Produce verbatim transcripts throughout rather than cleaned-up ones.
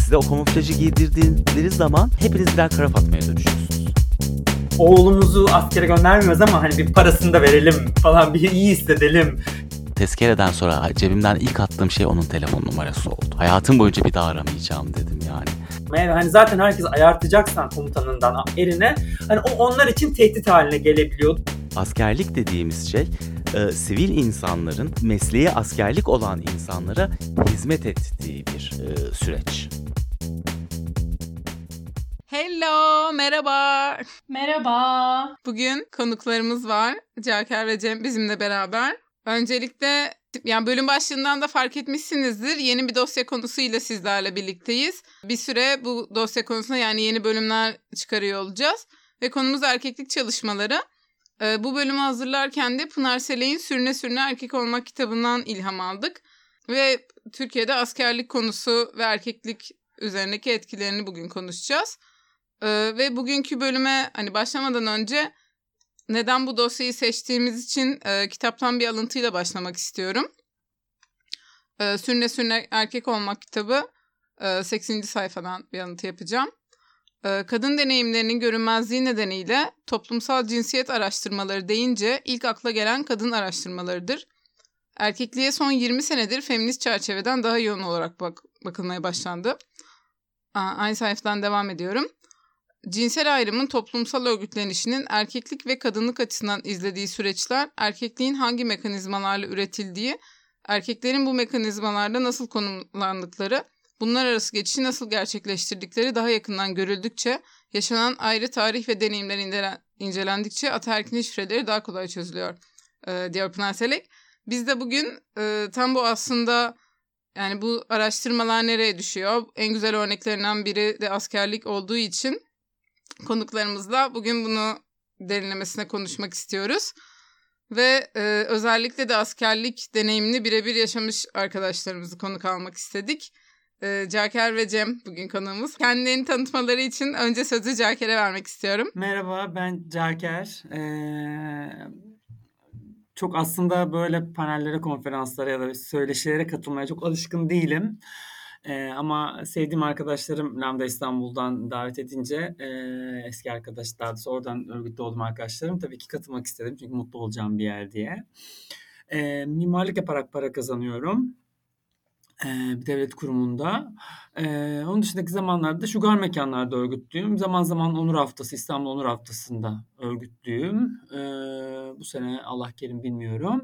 Size o kamuflajı giydirdikleri zaman hepiniz birer kara Fatma'ya dönüşüyorsunuz. Oğlumuzu askere göndermiyoruz ama hani bir parasını da verelim falan, bir iyi hissedelim. Tezkereden sonra cebimden ilk attığım şey onun telefon numarası oldu. Hayatım boyunca bir daha aramayacağım dedim yani. Yani hani zaten herkes ayartacaksan komutanından erine, hani o onlar için tehdit haline gelebiliyor. Askerlik dediğimiz şey e, sivil insanların mesleği askerlik olan insanlara hizmet ettiği bir e, süreç. Hello, merhaba. Merhaba. Bugün konuklarımız var. Caker ve Cem bizimle beraber. Öncelikle yani bölüm başlığından da fark etmişsinizdir. Yeni bir dosya konusuyla sizlerle birlikteyiz. Bir süre bu dosya konusunda yani yeni bölümler çıkarıyor olacağız. Ve konumuz erkeklik çalışmaları. Ee, bu bölümü hazırlarken de Pınar Selek'in Sürüne Sürüne Erkek Olmak kitabından ilham aldık. Ve Türkiye'de askerlik konusu ve erkeklik üzerindeki etkilerini bugün konuşacağız. Ee, ve bugünkü bölüme hani başlamadan önce neden bu dosyayı seçtiğimiz için e, kitaptan bir alıntıyla başlamak istiyorum. E, Sürüne Sürüne Erkek Olmak kitabı e, sekseninci sayfadan bir alıntı yapacağım. E, kadın deneyimlerinin görünmezliği nedeniyle toplumsal cinsiyet araştırmaları deyince ilk akla gelen kadın araştırmalarıdır. Erkekliğe son yirmi senedir feminist çerçeveden daha yoğun olarak bak- bakılmaya başlandı. Aa, aynı sayfadan devam ediyorum. Cinsel ayrımın toplumsal örgütlenişinin erkeklik ve kadınlık açısından izlediği süreçler, erkekliğin hangi mekanizmalarla üretildiği, erkeklerin bu mekanizmalarda nasıl konumlandıkları, bunlar arası geçişi nasıl gerçekleştirdikleri daha yakından görüldükçe, yaşanan ayrı tarih ve deneyimler indele- incelendikçe ataerkinin şifreleri daha kolay çözülüyor, e, diyor Pınar Selek. Biz de bugün e, tam bu aslında yani bu araştırmalar nereye düşüyor? En güzel örneklerinden biri de askerlik olduğu için konuklarımızla bugün bunu derinlemesine konuşmak istiyoruz. Ve e, özellikle de askerlik deneyimini birebir yaşamış arkadaşlarımızı konuk almak istedik. E, Caker ve Cem bugün konuğumuz. Kendilerini tanıtmaları için önce sözü Caker'e vermek istiyorum. Merhaba, ben Caker. Ee, çok aslında böyle panellere, konferanslara ya da söyleşilere katılmaya çok alışkın değilim. Ee, ama sevdiğim arkadaşlarım Lambda İstanbul'dan davet edince e, eski arkadaşlar, oradan örgütte olduğum arkadaşlarım tabii ki katılmak istedim. Çünkü mutlu olacağım bir yer diye. Ee, mimarlık yaparak para kazanıyorum. Ee, bir devlet kurumunda. Ee, onun dışındaki zamanlarda şugar mekanlarda örgütlüyüm. Zaman zaman Onur Haftası, İstanbul Onur Haftası'nda örgütlüyüm. Ee, bu sene Allah kerim bilmiyorum.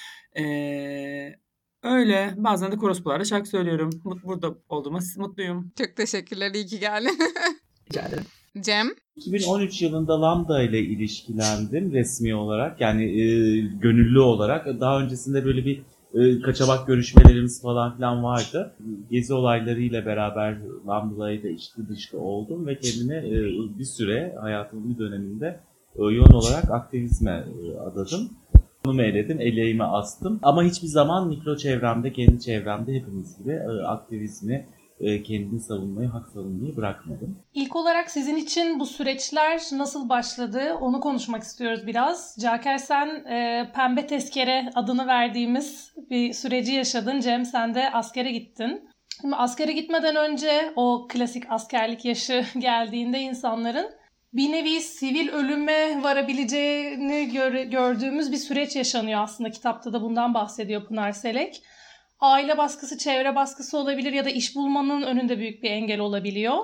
Ee, öyle. Bazen de Korospular'da şarkı söylüyorum. Burada olduğuma mutluyum. Çok teşekkürler, iyi ki geldin. Rica ederim. Cem? iki bin on üç yılında Lambda ile ilişkilendim resmi olarak, yani e, gönüllü olarak. Daha öncesinde böyle bir e, kaçamak görüşmelerimiz falan filan vardı. Gezi olaylarıyla beraber Lambda'yla da içli dışlı oldum ve kendime e, bir süre hayatımın bir döneminde e, yoğun olarak aktivizme e, adadım. Konumu eledim, eleğimi astım. Ama hiçbir zaman mikro çevremde, kendi çevremde hepimiz gibi e, aktivizmi, kendini savunmayı, hak savunmayı bırakmadım. İlk olarak sizin için bu süreçler nasıl başladı? Onu konuşmak istiyoruz biraz. Caker, sen e, Pembe Tezkere adını verdiğimiz bir süreci yaşadın. Cem, sen de askere gittin. Şimdi askere gitmeden önce o klasik askerlik yaşı geldiğinde insanların bir nevi sivil ölüme varabileceğini gör, gördüğümüz bir süreç yaşanıyor aslında. Kitapta da bundan bahsediyor Pınar Selek. Aile baskısı, çevre baskısı olabilir ya da iş bulmanın önünde büyük bir engel olabiliyor.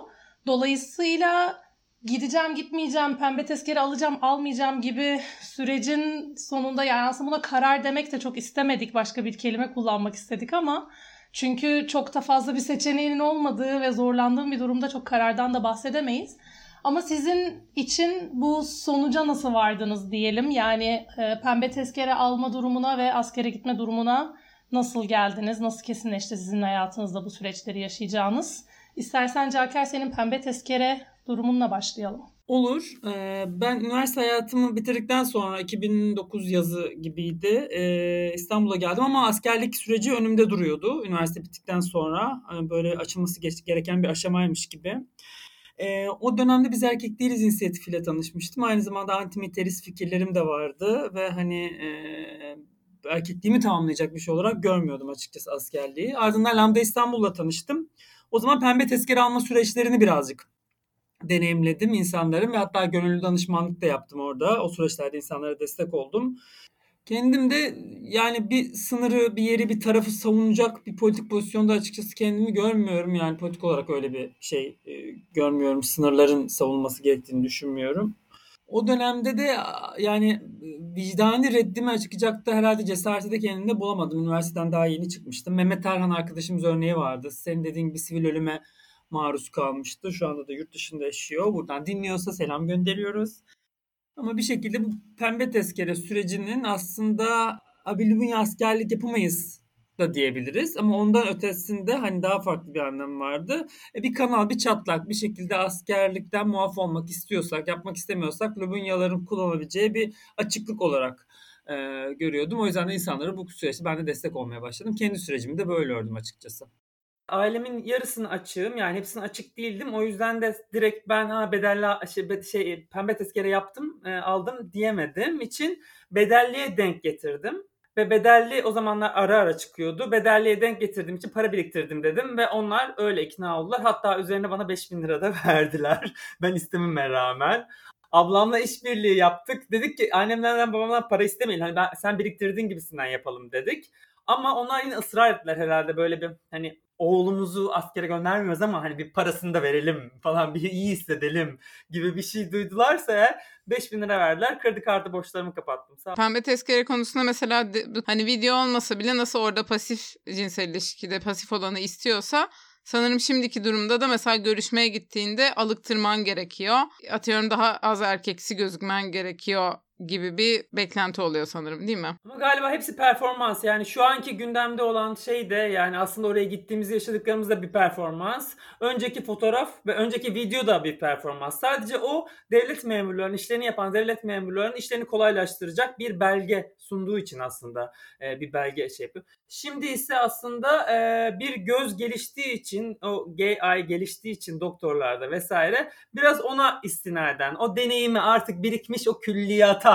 Dolayısıyla gideceğim, gitmeyeceğim, pembe tezkere alacağım, almayacağım gibi sürecin sonunda, yani aslında buna karar demek de çok istemedik. Başka bir kelime kullanmak istedik ama çünkü çok da fazla bir seçeneğinin olmadığı ve zorlandığım bir durumda çok karardan da bahsedemeyiz. Ama sizin için bu sonuca nasıl vardınız diyelim? Yani e, pembe tezkere alma durumuna ve askere gitme durumuna nasıl geldiniz? Nasıl kesinleşti sizin hayatınızda bu süreçleri yaşayacağınız? İstersen Caker, senin pembe tezkere durumunla başlayalım. Olur. Ee, ben üniversite hayatımı bitirdikten sonra iki bin dokuz yazı gibiydi. Ee, İstanbul'a geldim ama askerlik süreci önümde duruyordu. Üniversite bittikten sonra hani böyle açılması gereken bir aşamaymış gibi. Ee, o dönemde Biz Erkek Değiliz inisiyatifiyle tanışmıştım. Aynı zamanda antimilitarist fikirlerim de vardı ve hani e, erkekliğimi tamamlayacak bir şey olarak görmüyordum açıkçası askerliği. Ardından Lambda İstanbul'la tanıştım. O zaman pembe tezkere alma süreçlerini birazcık deneyimledim insanların ve hatta gönüllü danışmanlık da yaptım orada. O süreçlerde insanlara destek oldum. Kendim de yani bir sınırı, bir yeri, bir tarafı savunacak bir politik pozisyonda açıkçası kendimi görmüyorum. Yani politik olarak öyle bir şey e, görmüyorum. Sınırların savunması gerektiğini düşünmüyorum. O dönemde de yani vicdani reddime çıkacak da herhalde cesareti de kendimde bulamadım. Üniversiteden daha yeni çıkmıştım. Mehmet Tarhan arkadaşımız örneği vardı. Senin dediğin gibi sivil ölüme maruz kalmıştı. Şu anda da yurt dışında yaşıyor. Buradan dinliyorsa selam gönderiyoruz. Ama bir şekilde bu pembe tezkere sürecinin aslında abi Lubunya askerlik yapamayız da diyebiliriz. Ama ondan ötesinde hani daha farklı bir anlamı vardı. E bir kanal, bir çatlak, bir şekilde askerlikten muaf olmak istiyorsak, yapmak istemiyorsak Lubunyaların kullanabileceği bir açıklık olarak e, görüyordum. O yüzden de insanlara bu süreçte ben de destek olmaya başladım. Kendi sürecimi de böyle ördüm açıkçası. Ailemin yarısını açığım, yani hepsini açık değildim. O yüzden de direkt ben ha bedelli şey, şey pembe tezkere yaptım, e, aldım diyemedim için bedelliye denk getirdim. Ve bedelli o zamanlar ara ara çıkıyordu. Bedelliye denk getirdiğim için para biriktirdim dedim ve onlar öyle ikna oldular. Hatta üzerine bana beş bin lira da verdiler. Ben istememe rağmen. Ablamla işbirliği yaptık. Dedik ki annemlerden babamdan para istemeyin. Hani ben, sen biriktirdiğin gibisinden yapalım dedik. Ama onlar yine ısrar ettiler herhalde, böyle bir hani oğlumuzu askere göndermiyoruz ama hani bir parasını da verelim falan, bir iyi hissedelim gibi bir şey duydularsa eğer beş bin lira verdiler. Kredi kartı borçlarımı kapattım. Sağ Pembe tezkere konusunda mesela de, hani video olmasa bile nasıl orada pasif cinsel ilişkide pasif olanı istiyorsa sanırım şimdiki durumda da mesela görüşmeye gittiğinde alıktırman gerekiyor. Atıyorum daha az erkeksi gözükmen gerekiyor gibi bir beklenti oluyor sanırım, değil mi? Ama galiba hepsi performans. Yani şu anki gündemde olan şey de yani aslında oraya gittiğimizde yaşadıklarımız da bir performans. Önceki fotoğraf ve önceki video da bir performans. Sadece o devlet memurlarının işlerini yapan devlet memurlarının işlerini kolaylaştıracak bir belge sunduğu için aslında e, bir belge şey yapıyor. Şimdi ise aslında e, bir göz geliştiği için, o gay eye geliştiği için doktorlarda vesaire biraz ona istinaden, o deneyimi artık birikmiş o külliyata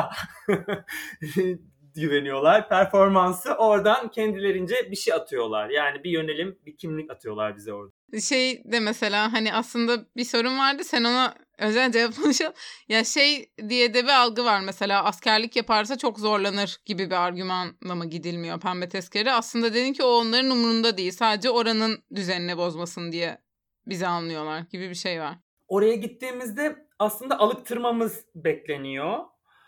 güveniyorlar. Performansı oradan kendilerince bir şey atıyorlar. Yani bir yönelim, bir kimlik atıyorlar bize orada. Şey de mesela hani aslında bir sorun vardı, sen ona özel cevaplamışsın. Ya şey diye de bir algı var mesela, askerlik yaparsa çok zorlanır gibi bir argümanla mı gidilmiyor pembe tezkere? Aslında dedin ki o onların umurunda değil. Sadece oranın düzenini bozmasın diye bizi anlıyorlar gibi bir şey var. Oraya gittiğimizde aslında alıktırmamız bekleniyor.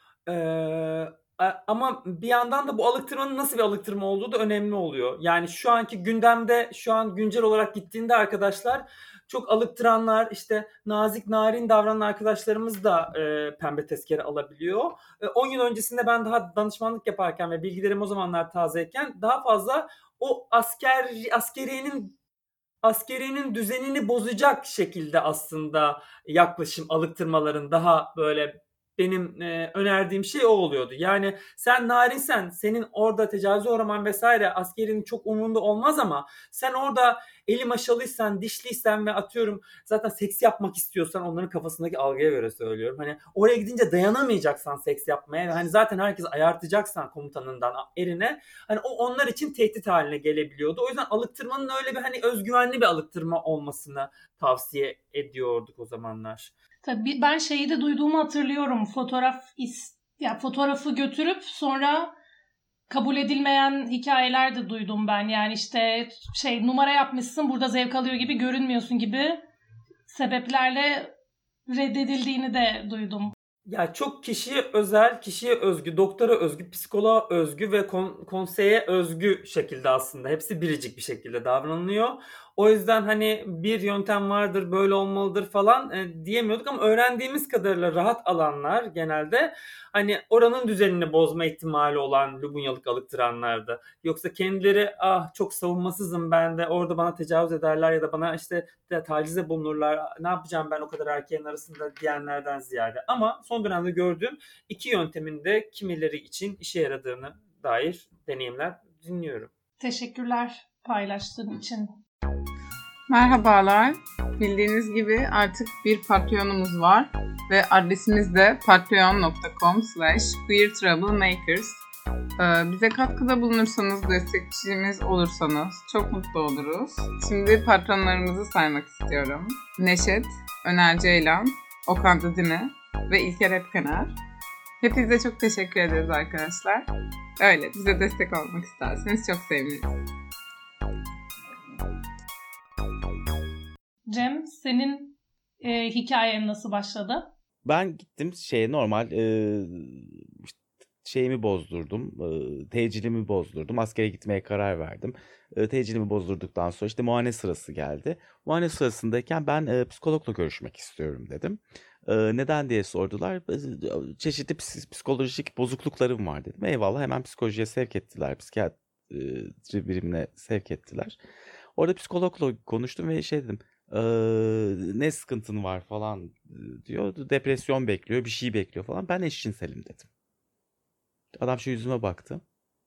Ee, ama bir yandan da bu alıktırmanın nasıl bir alıktırma olduğu da önemli oluyor. Yani şu anki gündemde, şu an güncel olarak gittiğinde arkadaşlar çok alıktıranlar, işte nazik narin davranan arkadaşlarımız da e, pembe tezkere alabiliyor. on yıl öncesinde ben daha danışmanlık yaparken ve bilgilerim o zamanlar tazeyken daha fazla o asker askeriyenin askeriyenin düzenini bozacak şekilde aslında yaklaşım, alıktırmaların daha böyle benim e, önerdiğim şey o oluyordu. Yani sen narinsen, senin orada tecavüze uğraman vesaire askerinin çok umurunda olmaz ama sen orada eli maşalıysan, dişliysen ve atıyorum zaten seks yapmak istiyorsan, onların kafasındaki algıya göre söylüyorum. Hani oraya gidince dayanamayacaksan seks yapmaya, hani zaten herkes ayartacaksan komutanından erine, hani o onlar için tehdit haline gelebiliyordu. O yüzden alıktırmanın öyle bir hani özgüvenli bir alıktırma olmasını tavsiye ediyorduk o zamanlar. Tabii ben şeyi de duyduğumu hatırlıyorum. Fotoğraf is ya fotoğrafı götürüp sonra kabul edilmeyen hikayeler de duydum ben. Yani işte şey numara yapmışsın, burada zevk alıyor gibi görünmüyorsun gibi sebeplerle reddedildiğini de duydum. Ya çok kişiye özel, kişiye özgü, doktora özgü, psikoloğa özgü ve kon- konseye özgü şekilde aslında hepsi biricik bir şekilde davranılıyor. O yüzden hani bir yöntem vardır, böyle olmalıdır falan e, diyemiyorduk ama öğrendiğimiz kadarıyla rahat alanlar genelde hani oranın düzenini bozma ihtimali olan Lubunyalık alıktıranlardı. Yoksa kendileri ah çok savunmasızım ben de, orada bana tecavüz ederler ya da bana işte de, tacize bulunurlar, ne yapacağım ben o kadar erkeğin arasında diyenlerden ziyade. Ama son dönemde gördüğüm iki yöntemin de kimileri için işe yaradığını dair deneyimler dinliyorum. Teşekkürler paylaştığın için. Merhabalar. Bildiğiniz gibi artık bir Patreon'umuz var ve adresimiz de patreon nokta com slash queer troublemakers. Ee, bize katkıda bulunursanız, destekçimiz olursanız çok mutlu oluruz. Şimdi patronlarımızı saymak istiyorum. Neşet, Öner Ceylan, Okan Didime ve İlker Epkener. Hepinize çok teşekkür ederiz arkadaşlar. Öyle, bize destek olmak isterseniz çok seviniriz. Cem, senin e, hikayen nasıl başladı? Ben gittim şeye normal e, şeyimi bozdurdum. E, tecilimi bozdurdum. Askere gitmeye karar verdim. E, tecilimi bozdurduktan sonra işte muayene sırası geldi. Muayene sırasındayken ben e, psikologla görüşmek istiyorum dedim. E, neden diye sordular. E, çeşitli ps- psikolojik bozukluklarım var dedim. Eyvallah, hemen psikolojiye sevk ettiler. Psikiyatri birimine sevk ettiler. Orada psikologla konuştum ve şey dedim. Ee, ne sıkıntın var falan diyor. Depresyon bekliyor, bir şey bekliyor falan. Ben eşcinselim dedim. Adam şu yüzüme baktı.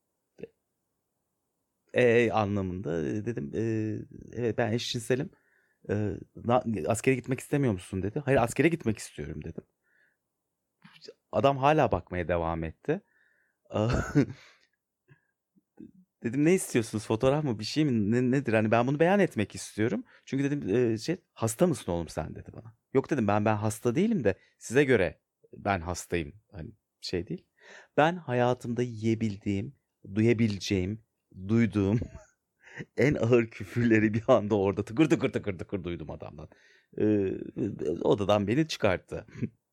E anlamında dedim. E, evet, ben eşcinselim. E, na- askere gitmek istemiyor musun dedi. Hayır, askere gitmek istiyorum dedim. Adam hala bakmaya devam etti. Dedim ne istiyorsunuz? Fotoğraf mı, bir şey mi? Ne, nedir? Hani ben bunu beyan etmek istiyorum. Çünkü dedim e, şey, hasta mısın oğlum sen dedi bana. Yok dedim, ben ben hasta değilim de size göre ben hastayım. Hani şey değil. Ben hayatımda yiyebildiğim, duyabileceğim, duyduğum en ağır küfürleri bir anda orada tıkır tıkır tıkır tıkır duydum adamdan. Ee, odadan beni çıkarttı.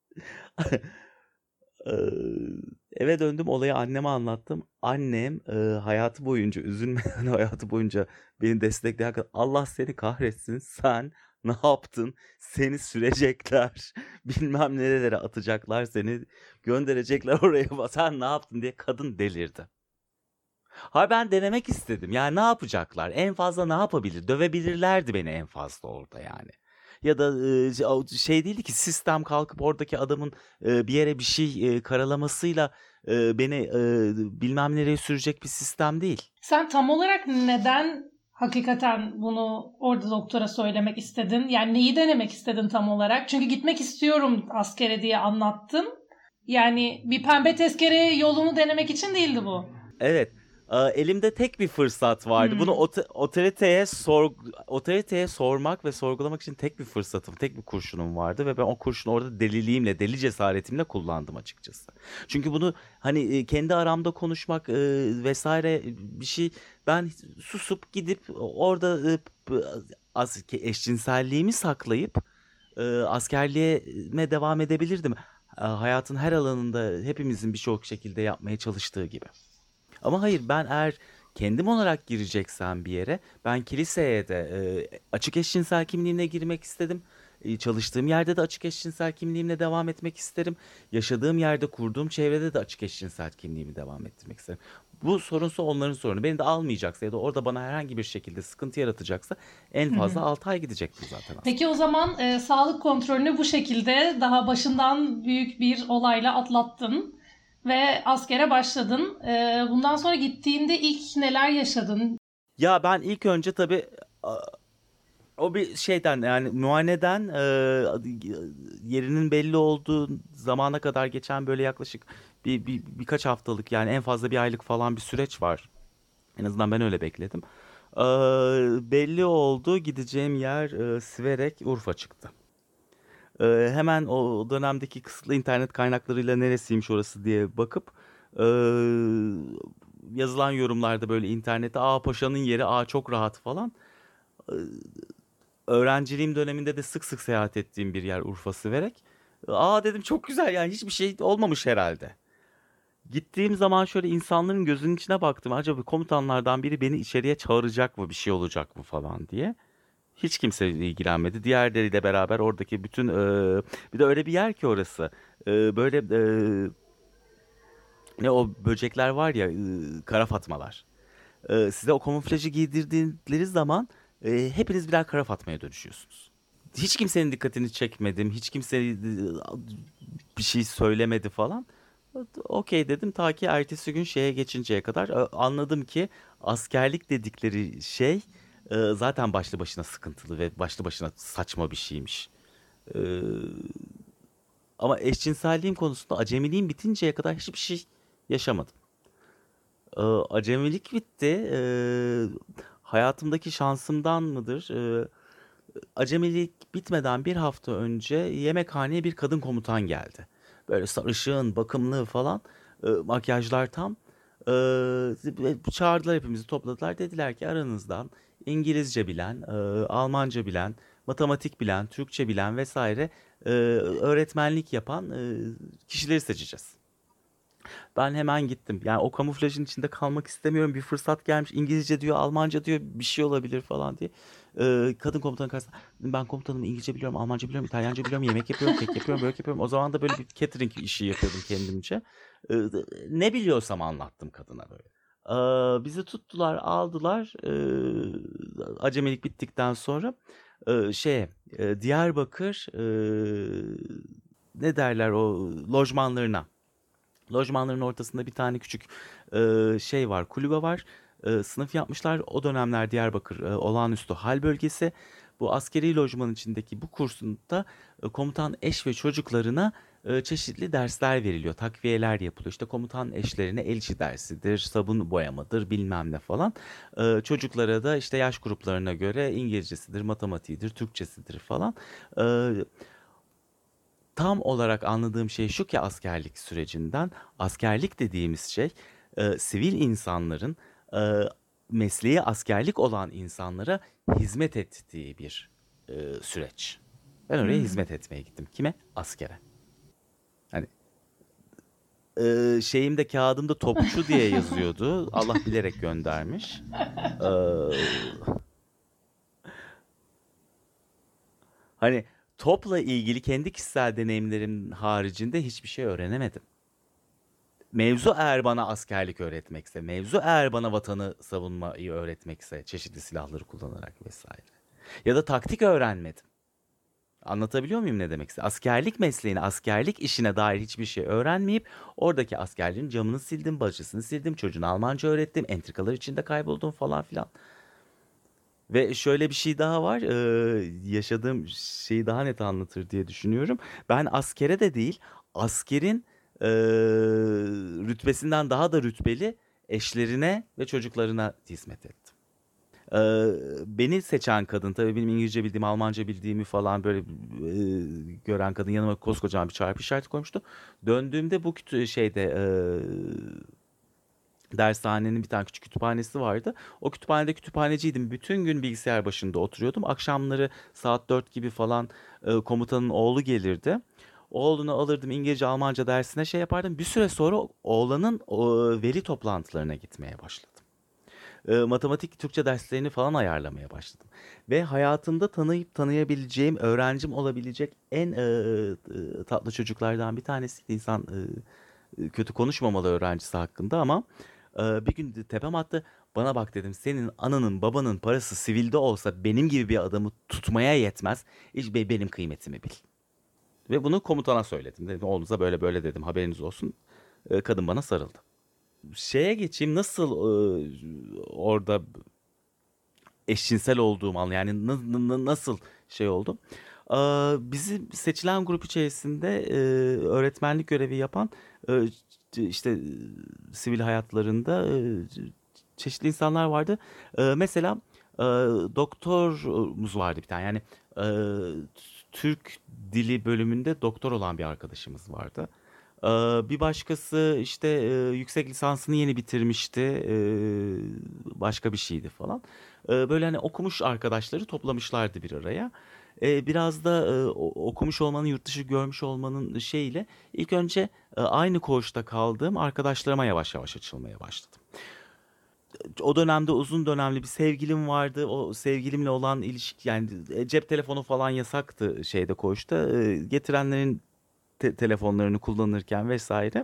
Ee, eve döndüm, olayı anneme anlattım. Annem e, hayatı boyunca üzülmeden hayatı boyunca beni destekleyen kadar, Allah seni kahretsin, sen ne yaptın, seni sürecekler bilmem nerelere atacaklar, seni gönderecekler oraya, sen ne yaptın diye kadın delirdi. Ha, ben denemek istedim. Yani ne yapacaklar? En fazla ne yapabilir? Dövebilirlerdi beni en fazla orada yani. Ya da e, şey değildi ki, sistem kalkıp oradaki adamın e, bir yere bir şey e, karalamasıyla e, beni e, bilmem nereye sürecek bir sistem değil. Sen tam olarak neden hakikaten bunu orada doktora söylemek istedin? Yani neyi denemek istedin tam olarak? Çünkü gitmek istiyorum askere diye anlattın. Yani bir pembe tezkere yolunu denemek için değildi bu. Evet. Elimde tek bir fırsat vardı. Hmm. Bunu ot- otoriteye sor otoriteye sormak ve sorgulamak için tek bir fırsatım, tek bir kurşunum vardı ve ben o kurşunu orada deliliğimle, deli cesaretimle kullandım açıkçası. Çünkü bunu hani kendi aramda konuşmak e, vesaire bir şey, ben susup gidip orada e, az eşcinselliğimi saklayıp e, askerliğime devam edebilirdim. E, hayatın her alanında hepimizin birçok şekilde yapmaya çalıştığı gibi. Ama hayır, ben eğer kendim olarak gireceksem bir yere, ben kiliseye de e, açık eşcinsel kimliğimle girmek istedim. E, çalıştığım yerde de açık eşcinsel kimliğimle devam etmek isterim. Yaşadığım yerde, kurduğum çevrede de açık eşcinsel kimliğimi devam ettirmek isterim. Bu sorunsa onların sorunu. Beni de almayacaksa ya da orada bana herhangi bir şekilde sıkıntı yaratacaksa en fazla altı ay gidecektim zaten aslında. Peki o zaman e, sağlık kontrolünü bu şekilde daha başından büyük bir olayla atlattın. Ve askere başladın. Ee, bundan sonra gittiğinde ilk neler yaşadın? Ya ben ilk önce tabii o bir şeyden, yani muayeneden e, yerinin belli olduğu zamana kadar geçen böyle yaklaşık bir, bir birkaç haftalık, yani en fazla bir aylık falan bir süreç var. En azından ben öyle bekledim. E, belli oldu, gideceğim yer e, Siverek, Urfa çıktı. E, hemen o dönemdeki kısıtlı internet kaynaklarıyla neresiymiş orası diye bakıp e, yazılan yorumlarda böyle internette, aa paşanın yeri, aa çok rahat falan. E, öğrenciliğim döneminde de sık sık seyahat ettiğim bir yer Urfa Siverek. Aa dedim, çok güzel, yani hiçbir şey olmamış herhalde. Gittiğim zaman şöyle insanların gözünün içine baktım. Acaba komutanlardan biri beni içeriye çağıracak mı, bir şey olacak mı falan diye. Hiç kimse ilgilenmedi. Diğerleriyle beraber oradaki bütün... E, bir de öyle bir yer ki orası. E, böyle... E, ne o böcekler var ya, e, kara fatmalar. E, size o kamuflajı giydirdikleri zaman e, hepiniz birer kara fatmaya dönüşüyorsunuz. Hiç kimsenin dikkatini çekmedim. Hiç kimse e, bir şey söylemedi falan. Okey dedim, ta ki ertesi gün şeye geçinceye kadar e, anladım ki askerlik dedikleri şey e, zaten başlı başına sıkıntılı ve başlı başına saçma bir şeymiş. E, ama eşcinselliğim konusunda acemiliğim bitinceye kadar hiçbir şey yaşamadım. Ee, acemilik bitti. Ee, hayatımdaki şansımdan mıdır? Ee, acemilik bitmeden bir hafta önce yemekhaneye bir kadın komutan geldi. Böyle sarışın, bakımlı falan. Ee, makyajlar tam. Ee, çağırdılar, hepimizi topladılar. Dediler ki aranızdan İngilizce bilen, e, Almanca bilen, matematik bilen, Türkçe bilen vesaire e, öğretmenlik yapan e, kişileri seçeceğiz. Ben hemen gittim. Yani o kamuflajın içinde kalmak istemiyorum. Bir fırsat gelmiş. İngilizce diyor, Almanca diyor, bir şey olabilir falan diye. Ee, kadın komutanın karşısında dedim, ben komutanım, İngilizce biliyorum, Almanca biliyorum, İtalyanca biliyorum, yemek yapıyorum, kek yapıyorum, börek yapıyorum. O zaman da böyle bir catering işi yapıyordum kendimce. Ee, ne biliyorsam anlattım kadına böyle. Ee, bizi tuttular, aldılar. Ee, acemilik bittikten sonra e, şeye, e, Diyarbakır e, ne derler o lojmanlarına. Lojmanların ortasında bir tane küçük e, şey var, kulübe var. E, sınıf yapmışlar. O dönemler Diyarbakır e, olağanüstü hal bölgesi. Bu askeri lojmanın içindeki bu kursunda e, komutan eş ve çocuklarına e, çeşitli dersler veriliyor. Takviyeler yapılıyor. İşte komutan eşlerine el işi dersidir, sabun boyamadır, bilmem ne falan. E, çocuklara da işte yaş gruplarına göre İngilizcesidir, matematiğidir, Türkçesidir falan. E, Tam olarak anladığım şey şu ki askerlik sürecinden, askerlik dediğimiz şey e, sivil insanların e, mesleği askerlik olan insanlara hizmet ettiği bir e, süreç. Ben oraya Hmm. hizmet etmeye gittim. Kime? Askere. Hani e, şeyimde, kağıdımda topçu diye yazıyordu. Allah bilerek göndermiş. E, hani topla ilgili kendi kişisel deneyimlerim haricinde hiçbir şey öğrenemedim. Mevzu eğer bana askerlik öğretmekse, mevzu eğer bana vatanı savunmayı öğretmekse, çeşitli silahları kullanarak vesaire. Ya da taktik öğrenmedim. Anlatabiliyor muyum ne demekse? Askerlik mesleğine, askerlik işine dair hiçbir şey öğrenmeyip oradaki askerlerin camını sildim, bacasını sildim, çocuğuna Almanca öğrettim, entrikalar içinde kayboldum falan filan. Ve şöyle bir şey daha var, eee, yaşadığım şeyi daha net anlatır diye düşünüyorum. Ben askere de değil, askerin eee, rütbesinden daha da rütbeli eşlerine ve çocuklarına hizmet ettim. Eee, beni seçen kadın, tabii benim İngilizce bildiğimi, Almanca bildiğimi falan böyle eee, gören kadın yanıma koskocaman bir çarpı işareti koymuştu. Döndüğümde bu kütü şeyde eee dershanenin bir tane küçük kütüphanesi vardı. O kütüphanede kütüphaneciydim. Bütün gün bilgisayar başında oturuyordum. Akşamları saat dört gibi falan e, komutanın oğlu gelirdi. Oğlunu alırdım, İngilizce, Almanca dersine şey yapardım. Bir süre sonra oğlanın o, veli toplantılarına gitmeye başladım. E, matematik, Türkçe derslerini falan ayarlamaya başladım. Ve hayatımda tanıyıp tanıyabileceğim, öğrencim olabilecek en e, e, tatlı çocuklardan bir tanesiydi. İnsan e, kötü konuşmamalı öğrencisi hakkında ama e, bir gün de tepem attı. Bana bak dedim, senin ananın babanın parası sivilde olsa benim gibi bir adamı tutmaya yetmez. Hiç be- benim kıymetimi bil. Ve bunu komutana söyledim. Dedim oğlunuza böyle böyle dedim, haberiniz olsun. E, kadın bana sarıldı. Şeye geçeyim, nasıl e, orada eşcinsel olduğum an, yani na- na- nasıl şey oldu? Aa, bizi seçilen grup içerisinde e, öğretmenlik görevi yapan e, işte e, sivil hayatlarında e, çeşitli insanlar vardı. E, mesela e, doktorumuz vardı bir tane. Yani e, Türk dili bölümünde doktor olan bir arkadaşımız vardı. E, bir başkası işte e, yüksek lisansını yeni bitirmişti. E, başka bir şeydi falan. E, böyle hani okumuş arkadaşları toplamışlardı bir araya. E, biraz da e, o- okumuş olmanın, yurt dışı görmüş olmanın şeyiyle ilk önce e, aynı koğuşta kaldığım arkadaşlarıma yavaş yavaş açılmaya başladım. O dönemde uzun dönemli bir sevgilim vardı. O sevgilimle olan ilişki, yani e, cep telefonu falan yasaktı şeyde, koğuşta. E, getirenlerin te- telefonlarını kullanırken vesaire.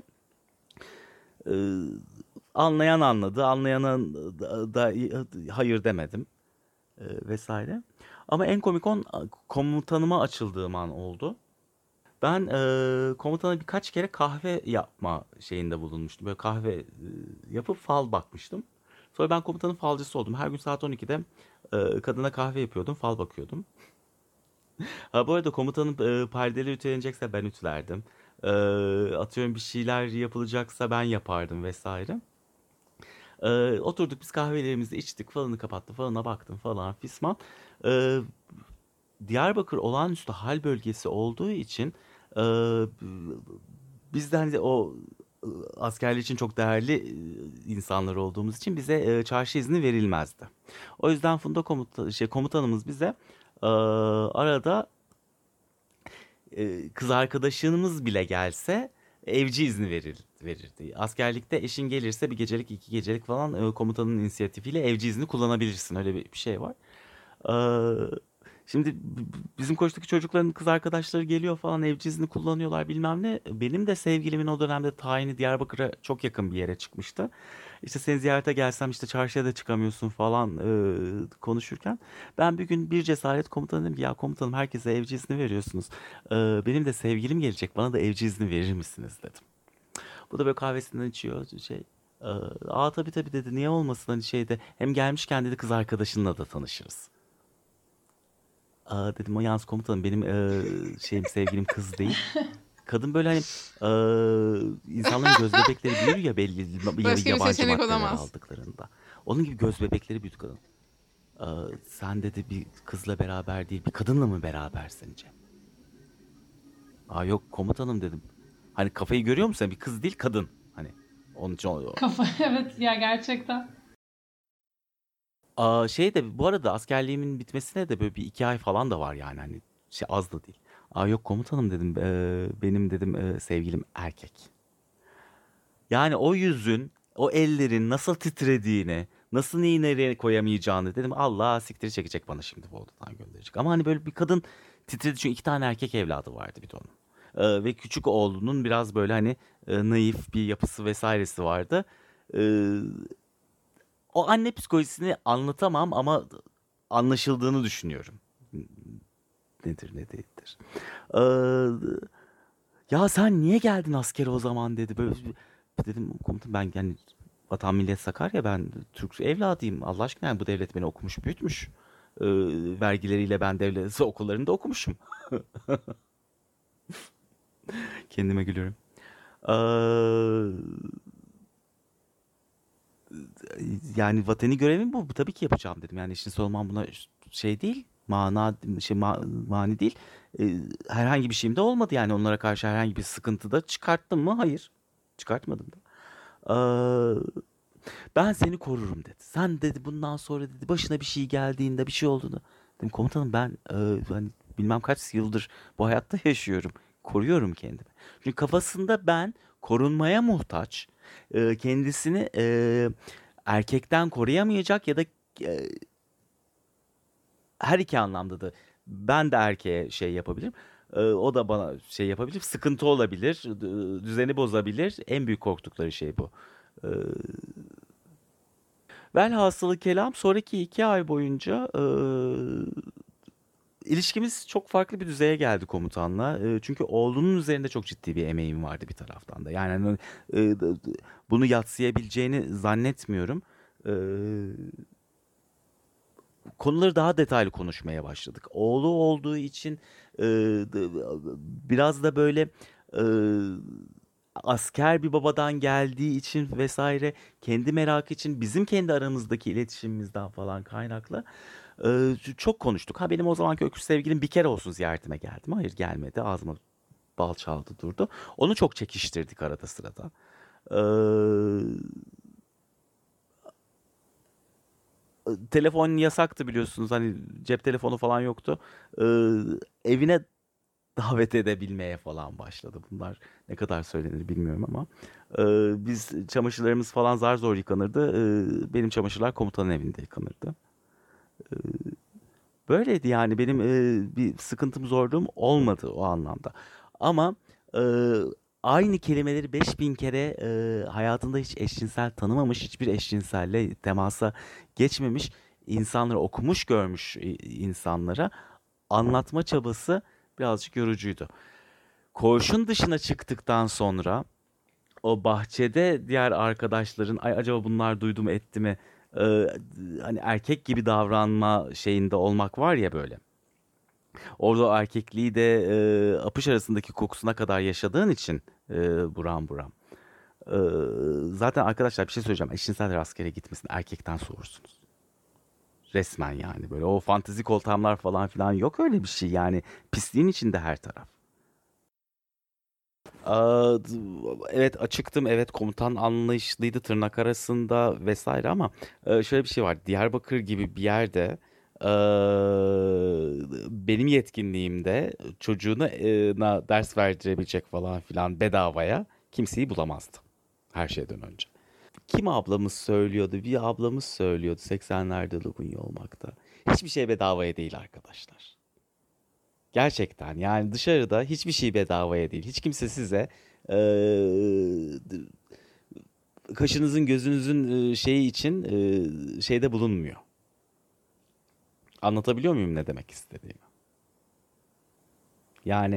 E, anlayan anladı, anlayana da, da hayır demedim e, vesaire. Ama en komik on komutanıma açıldığım an oldu. Ben e, komutana birkaç kere kahve yapma şeyinde bulunmuştum. Böyle kahve e, yapıp fal bakmıştım. Sonra ben komutanın falcısı oldum. Her gün saat on ikide e, kadına kahve yapıyordum, fal bakıyordum. Ha, bu arada komutanın e, perdeleri ütülenecekse ben ütülerdim. E, atıyorum bir şeyler yapılacaksa ben yapardım vesaire. Ee, oturduk biz kahvelerimizi içtik, falını kapattı, falına baktım falan fisman. Ee, Diyarbakır olağanüstü hal bölgesi olduğu için e, biz de hani o e, askerler için çok değerli e, insanlar olduğumuz için bize e, çarşı izni verilmezdi. O yüzden Funda komuta, şey, komutanımız bize e, arada e, kız arkadaşımız bile gelse evci izni verir, verirdi. Askerlikte eşin gelirse bir gecelik iki gecelik falan e, komutanın inisiyatifiyle evci izni kullanabilirsin. Öyle bir, bir şey var. Ee, Şimdi b- b- bizim koçtaki çocukların kız arkadaşları geliyor falan evci izni kullanıyorlar bilmem ne. Benim de sevgilimin o dönemde tayini Diyarbakır'a çok yakın bir yere çıkmıştı. İşte seni ziyarete gelsem işte çarşıya da çıkamıyorsun falan e, konuşurken ben bir gün bir cesaret komutanım dedim ki ya komutanım herkese evci izni veriyorsunuz. Ee, benim de sevgilim gelecek bana da evci izni verir misiniz dedim. Bu da böyle kahvesinden içiyor şey. e, Aa tabii tabii dedi niye olmasın hani şeyde hem gelmişken dedi kız arkadaşınla da tanışırız. Aa, dedim o yalnız komutanım benim e, şeyim sevgilim kız değil. Kadın böyle hani e, insanların göz bebekleri büyür ya belli ya- Başka bir yabancı seçenek maddeler olamaz. aldıklarında. Onun gibi göz bebekleri büyüdü kadın. Aa, sen dedi bir kızla beraber değil bir kadınla mı berabersin Cem? Aa yok komutanım dedim. Hani kafayı görüyor musun? Bir kız değil kadın. Hani onun için o, Kafa evet ya gerçekten. Aa, şey de bu arada askerliğimin bitmesine de böyle bir iki ay falan da var yani hani şey az da değil. Aa yok komutanım dedim eee, benim dedim eee, sevgilim erkek. Yani o yüzün o ellerin nasıl titrediğini nasıl neyi nereye koyamayacağını dedim Allah siktir çekecek bana şimdi bu odadan gönderecek. Ama hani böyle bir kadın titredi çünkü iki tane erkek evladı vardı bir de onun. Eee, ve küçük oğlunun biraz böyle hani eee, naif bir yapısı vesairesi vardı. Eee, O anne psikolojisini anlatamam ama anlaşıldığını düşünüyorum. Nedir ne değildir. Ee, Ya sen niye geldin askere o zaman dedi. Böyle dedim komutanım ben yani vatan millet Sakarya ben Türk evladıyım. Allah aşkına yani bu devlet beni okumuş büyütmüş. Ee, Vergileriyle ben devlet okullarında okumuşum. Kendime gülüyorum. Ee, Yani vatani görevim bu. Bu tabii ki yapacağım dedim. Yani işin sormam buna şey değil. Mana şey ma- mani değil. Ee, herhangi bir şeyim de olmadı yani onlara karşı herhangi bir sıkıntı da çıkarttım mı? Hayır. Çıkartmadım da. Ee, Ben seni korurum dedi. Sen dedi bundan sonra dedi başına bir şey geldiğinde bir şey olduğunda dedim komutanım ben e, hani bilmem kaç yıldır bu hayatta yaşıyorum. Koruyorum kendimi. Çünkü kafasında ben korunmaya muhtaç, e, kendisini e, erkekten koruyamayacak ya da e, her iki anlamda da ben de erkeğe şey yapabilirim. E, o da bana şey yapabilir. Sıkıntı olabilir. d- Düzeni bozabilir. En büyük korktukları şey bu. E, Velhasılı kelam sonraki iki ay boyunca e, ilişkimiz çok farklı bir düzeye geldi komutanla. E, çünkü oğlunun üzerinde çok ciddi bir emeğim vardı bir taraftan da. Yani hani, e, d- d- bunu yadsıyabileceğini zannetmiyorum. E, Konuları daha detaylı konuşmaya başladık. Oğlu olduğu için e, d- biraz da böyle e, asker bir babadan geldiği için vesaire kendi merakı için bizim kendi aramızdaki iletişimimizden falan kaynaklı e, çok konuştuk. Ha benim o zamanki öküz sevgilim bir kere olsun ziyaretime geldi mi? Hayır gelmedi. Ağzıma bal çaldı durdu. Onu çok çekiştirdik arada sırada. Ee, Telefon yasaktı biliyorsunuz. Hani cep telefonu falan yoktu. Ee, Evine davet edebilmeye falan başladı. Bunlar ne kadar söylenir bilmiyorum ama. Ee, biz çamaşırlarımız falan zar zor yıkanırdı. Ee, benim çamaşırlar komutanın evinde yıkanırdı. Böyleydi yani benim e, bir sıkıntım zorluğum olmadı o anlamda. Ama e, aynı kelimeleri beş bin kere e, hayatında hiç eşcinsel tanımamış, hiçbir eşcinselle temasa geçmemiş insanları okumuş görmüş i- insanlara anlatma çabası birazcık yorucuydu. Koğuşun dışına çıktıktan sonra o bahçede diğer arkadaşların ay acaba bunlar duydu mu etti mi Ee, hani erkek gibi davranma şeyinde olmak var ya böyle. Orada o erkekliği de e, apış arasındaki kokusuna kadar yaşadığın için e, buram buram. Ee, zaten arkadaşlar bir şey söyleyeceğim. Eşcinsel askere gitmesin. Erkekten soğursunuz. Resmen yani böyle o fantezik ortamlar falan filan yok öyle bir şey yani. Pisliğin içinde her taraf. Aa, d- evet açıktım. Evet komutan anlayışlıydı tırnak arasında vesaire ama e, şöyle bir şey var. Diyarbakır gibi bir yerde e, benim yetkinliğimde çocuğuna e, na ders verdirebilecek falan filan bedavaya kimseyi bulamazdı. Her şeyden önce. Kim ablamız söylüyordu? Bir ablamız söylüyordu seksenlerde Lubunya olmakta. Hiçbir şey bedavaya değil arkadaşlar. Gerçekten yani dışarıda hiçbir şey bedavaya değil. Hiç kimse size eee, d- kaşınızın gözünüzün eee, şeyi için eee, şeyde bulunmuyor. Anlatabiliyor muyum ne demek istediğimi? Yani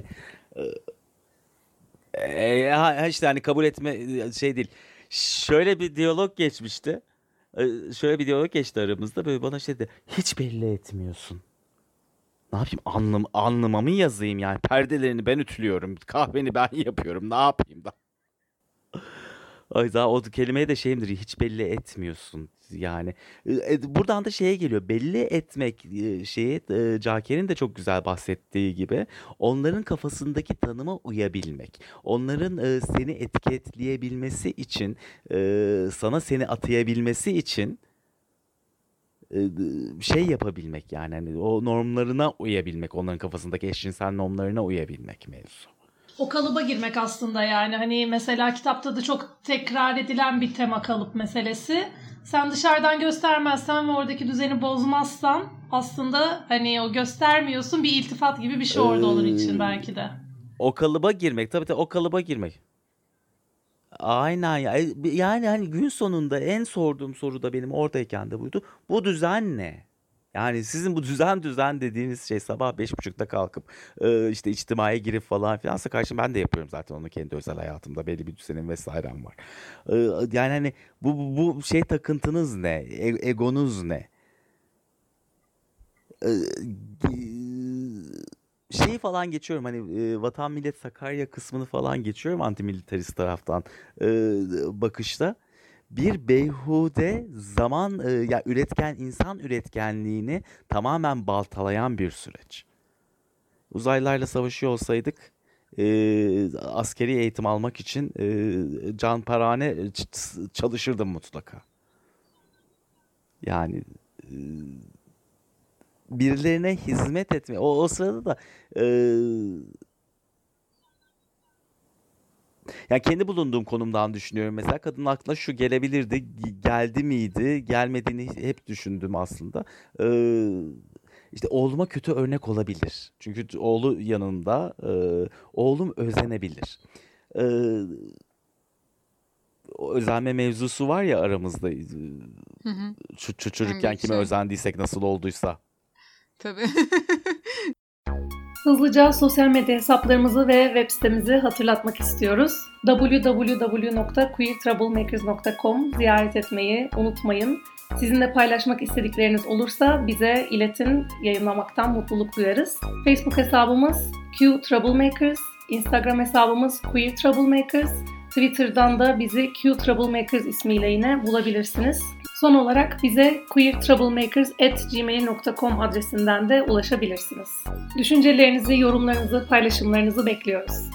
eee, ha- işte hani kabul etme eee, şey değil. Şöyle bir diyalog geçmişti. Eee, Şöyle bir diyalog geçti aramızda. Böyle bana şey dedi. Hiç belli etmiyorsun. Ne yapayım? Alnım, alnıma mı yazayım yani? Perdelerini ben ütülüyorum. Kahveni ben yapıyorum. Ne yapayım da? Ay daha o kelimeye de şeyimdir. Hiç belli etmiyorsun. Yani e, e, buradan da şeye geliyor. Belli etmek e, şeyi e, Caker'in de çok güzel bahsettiği gibi onların kafasındaki tanıma uyabilmek. Onların e, seni etiketleyebilmesi için e, sana seni atayabilmesi için e, şey yapabilmek yani hani o normlarına uyabilmek, onların kafasındaki eşcinsel normlarına uyabilmek mevzu. O kalıba girmek aslında yani hani mesela kitapta da çok tekrar edilen bir tema kalıp meselesi. Sen dışarıdan göstermezsen ve oradaki düzeni bozmazsan aslında hani o göstermiyorsun bir iltifat gibi bir şey orada olur için Ee, belki de. o kalıba girmek tabii tabii o kalıba girmek. Aynen ya. E, Yani hani gün sonunda en sorduğum soru da benim oradayken de buydu. Bu düzen ne? Yani sizin bu düzen düzen dediğiniz şey sabah beş buçukta kalkıp e, işte içtimaya girip falan filansa karşı ben de yapıyorum zaten onu kendi özel hayatımda belli bir düzenim vesairem var. E, yani hani bu, bu, bu şey takıntınız ne? E- egonuz ne? E, şeyi falan geçiyorum hani e, Vatan Millet Sakarya kısmını falan geçiyorum antimilitarist taraftan e, bakışta. Bir beyhude zaman e, ya üretken insan üretkenliğini tamamen baltalayan bir süreç. Uzaylılarla savaşıyor olsaydık e, askeri eğitim almak için e, canperane ç- çalışırdım mutlaka. Yani e, birilerine hizmet etme. O, o sırada da e, yani kendi bulunduğum konumdan düşünüyorum. Mesela kadının aklına şu gelebilirdi. G- Geldi miydi? Gelmediğini hep düşündüm aslında. Ee, işte oğluma kötü örnek olabilir. Çünkü oğlu yanında. E, oğlum özenebilir. Ee, o özenme mevzusu var ya aramızda. Ee, Hı hı. Ç- ç- En çocukken büyük kime şey. özendiysek nasıl olduysa. Tabii. Hızlıca sosyal medya hesaplarımızı ve web sitemizi hatırlatmak istiyoruz. double-u double-u double-u nokta queer troublemakers nokta com ziyaret etmeyi unutmayın. Sizinle paylaşmak istedikleriniz olursa bize iletin, yayınlamaktan mutluluk duyarız. Facebook hesabımız Q Troublemakers, Instagram hesabımız Queer Troublemakers, Twitter'dan da bizi Q Troublemakers ismiyle yine bulabilirsiniz. Son olarak bize queer troublemakers at gmail nokta com adresinden de ulaşabilirsiniz. Düşüncelerinizi, yorumlarınızı, paylaşımlarınızı bekliyoruz.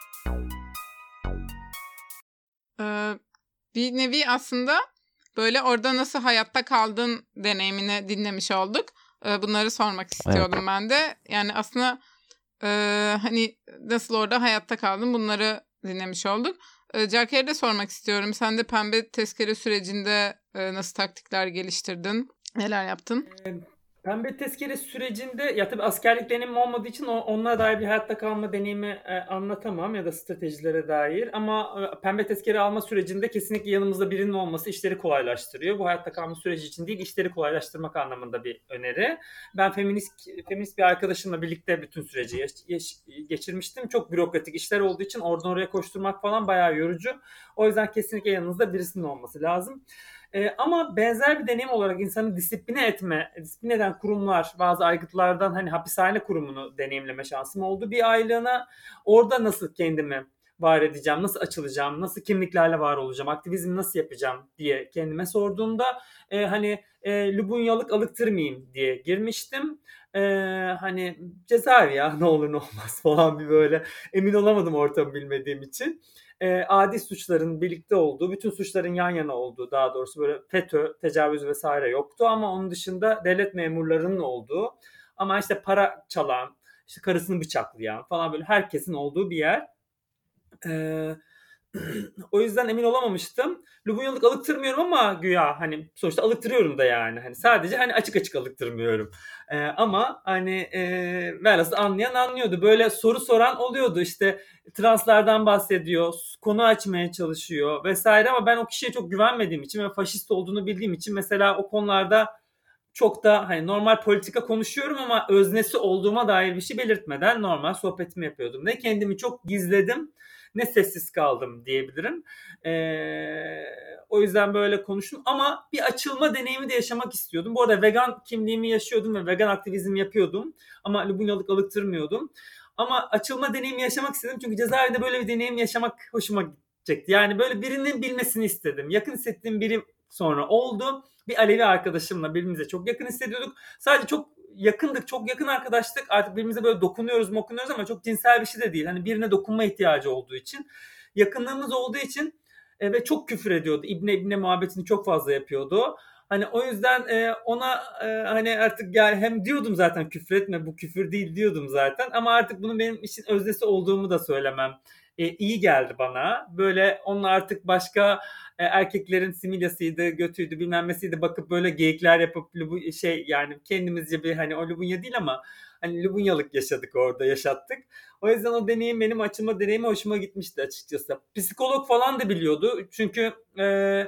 Ee, bir nevi aslında böyle orada nasıl hayatta kaldın deneyimini dinlemiş olduk. Ee, bunları sormak istiyordum ben de. Yani aslında e, hani nasıl orada hayatta kaldın bunları dinlemiş olduk. Ee, Caker'e de sormak istiyorum. Sen de pembe tezkere sürecinde e, nasıl taktikler geliştirdin? Neler yaptın? Pembe tezkere sürecinde ya tabii askerlik deneyimim olmadığı için o, onlara dair bir hayatta kalma deneyimi e, anlatamam ya da stratejilere dair ama e, pembe tezkere alma sürecinde kesinlikle yanımızda birinin olması işleri kolaylaştırıyor. Bu hayatta kalma süreci için değil işleri kolaylaştırmak anlamında bir öneri. Ben feminist feminist bir arkadaşımla birlikte bütün süreci yaş, yaş, geçirmiştim. Çok bürokratik işler olduğu için oradan oraya koşturmak falan bayağı yorucu. O yüzden kesinlikle yanınızda birisinin olması lazım. Ee, ama benzer bir deneyim olarak insanı disipline etme, disipline eden kurumlar, bazı aygıtlardan hani hapishane kurumunu deneyimleme şansım oldu. Bir aylığına orada nasıl kendimi var edeceğim, nasıl açılacağım, nasıl kimliklerle var olacağım, aktivizm nasıl yapacağım diye kendime sorduğumda e, hani e, Lubunyalık alıktırmayayım diye girmiştim. E, hani cezaevi ya ne olur ne olmaz falan bir böyle emin olamadım ortamı bilmediğim için. E, adi suçların birlikte olduğu, bütün suçların yan yana olduğu, daha doğrusu böyle FETÖ, tecavüz vesaire yoktu ama onun dışında devlet memurlarının olduğu ama işte para çalan, işte karısını bıçaklayan falan böyle herkesin olduğu bir yer. Ee, o yüzden emin olamamıştım. Lubunyalık alıktırmıyorum ama güya hani sonuçta alıktırıyorum da yani. Hani sadece hani açık açık alıktırmıyorum. Ee, ama hani e, velhasıl anlayan anlıyordu. Böyle soru soran oluyordu. İşte translardan bahsediyor, konu açmaya çalışıyor vesaire ama ben o kişiye çok güvenmediğim için ve faşist olduğunu bildiğim için mesela o konularda çok da hani normal politika konuşuyorum ama öznesi olduğuma dair bir şey belirtmeden normal sohbetimi yapıyordum. Ne kendimi çok gizledim ne sessiz kaldım diyebilirim. Ee, o yüzden böyle konuştum ama bir açılma deneyimi de yaşamak istiyordum. Bu arada vegan kimliğimi yaşıyordum ve vegan aktivizm yapıyordum ama Lubunyalık alıktırmıyordum. Ama açılma deneyimi yaşamak istedim çünkü cezaevinde böyle bir deneyim yaşamak hoşuma gidecekti. Yani böyle birinin bilmesini istedim. Yakın hissettiğim biri sonra oldu. Bir Alevi arkadaşımla birbirimize çok yakın hissediyorduk. Sadece çok yakındık, çok yakın arkadaştık. Artık birbirimize böyle dokunuyoruz, dokunuyoruz ama çok cinsel bir şey de değil. Hani birine dokunma ihtiyacı olduğu için. Yakınlığımız olduğu için e, ve çok küfür ediyordu. İbne İbne muhabbetini çok fazla yapıyordu. Hani o yüzden e, ona e, hani artık yani hem diyordum zaten küfür etme bu küfür değil diyordum zaten. Ama artık bunun benim için öznesi olduğumu da söylemem e, iyi geldi bana. Böyle onunla artık başka e, erkeklerin similyasıydı, götüydü, bilmem nesiydi bakıp böyle geyikler yapıp lubu, şey yani kendimizce bir hani o Lubunya değil ama hani Lubunyalık yaşadık orada, yaşattık. O yüzden o deneyim benim açılma deneyimi hoşuma gitmişti açıkçası. Psikolog falan da biliyordu. Çünkü e,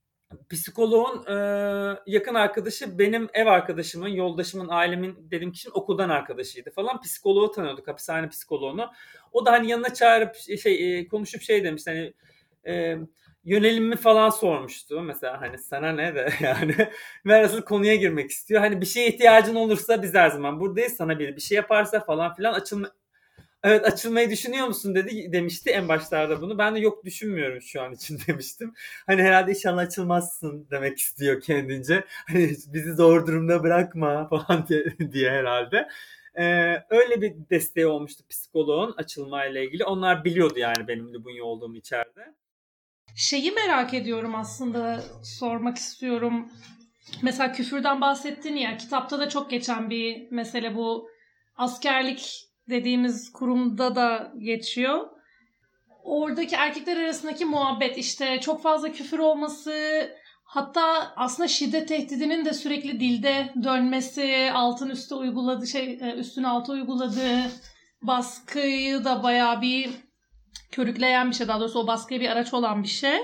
psikoloğun e, yakın arkadaşı benim ev arkadaşımın, yoldaşımın, ailemin dediğim kişinin okuldan arkadaşıydı falan. Psikoloğu tanıyorduk, hapishane psikoloğunu. O da hani yanına çağırıp şey e, konuşup şey demişti hani e, yönelimimi falan sormuştu. Mesela hani sana ne de yani velhasıl konuya girmek istiyor. Hani bir şeye ihtiyacın olursa biz her zaman buradayız. Sana biri bir şey yaparsa falan filan açılma evet açılmayı düşünüyor musun dedi demişti en başlarda bunu. Ben de yok düşünmüyorum şu an için demiştim. Hani herhalde inşallah açılmazsın demek istiyor kendince. Hani bizi zor durumda bırakma falan diye, diye herhalde. Ee, öyle bir desteği olmuştu psikoloğun açılmayla ilgili. Onlar biliyordu yani benim Lubunya olduğumu içeride. Şeyi merak ediyorum aslında sormak istiyorum. Mesela küfürden bahsettin ya kitapta da çok geçen bir mesele bu askerlik dediğimiz kurumda da geçiyor. Oradaki erkekler arasındaki muhabbet işte çok fazla küfür olması hatta aslında şiddet tehdidinin de sürekli dilde dönmesi altın üstü uyguladığı şey üstüne altı uyguladığı baskıyı da bayağı bir körükleyen bir şey daha doğrusu o baskıya bir araç olan bir şey.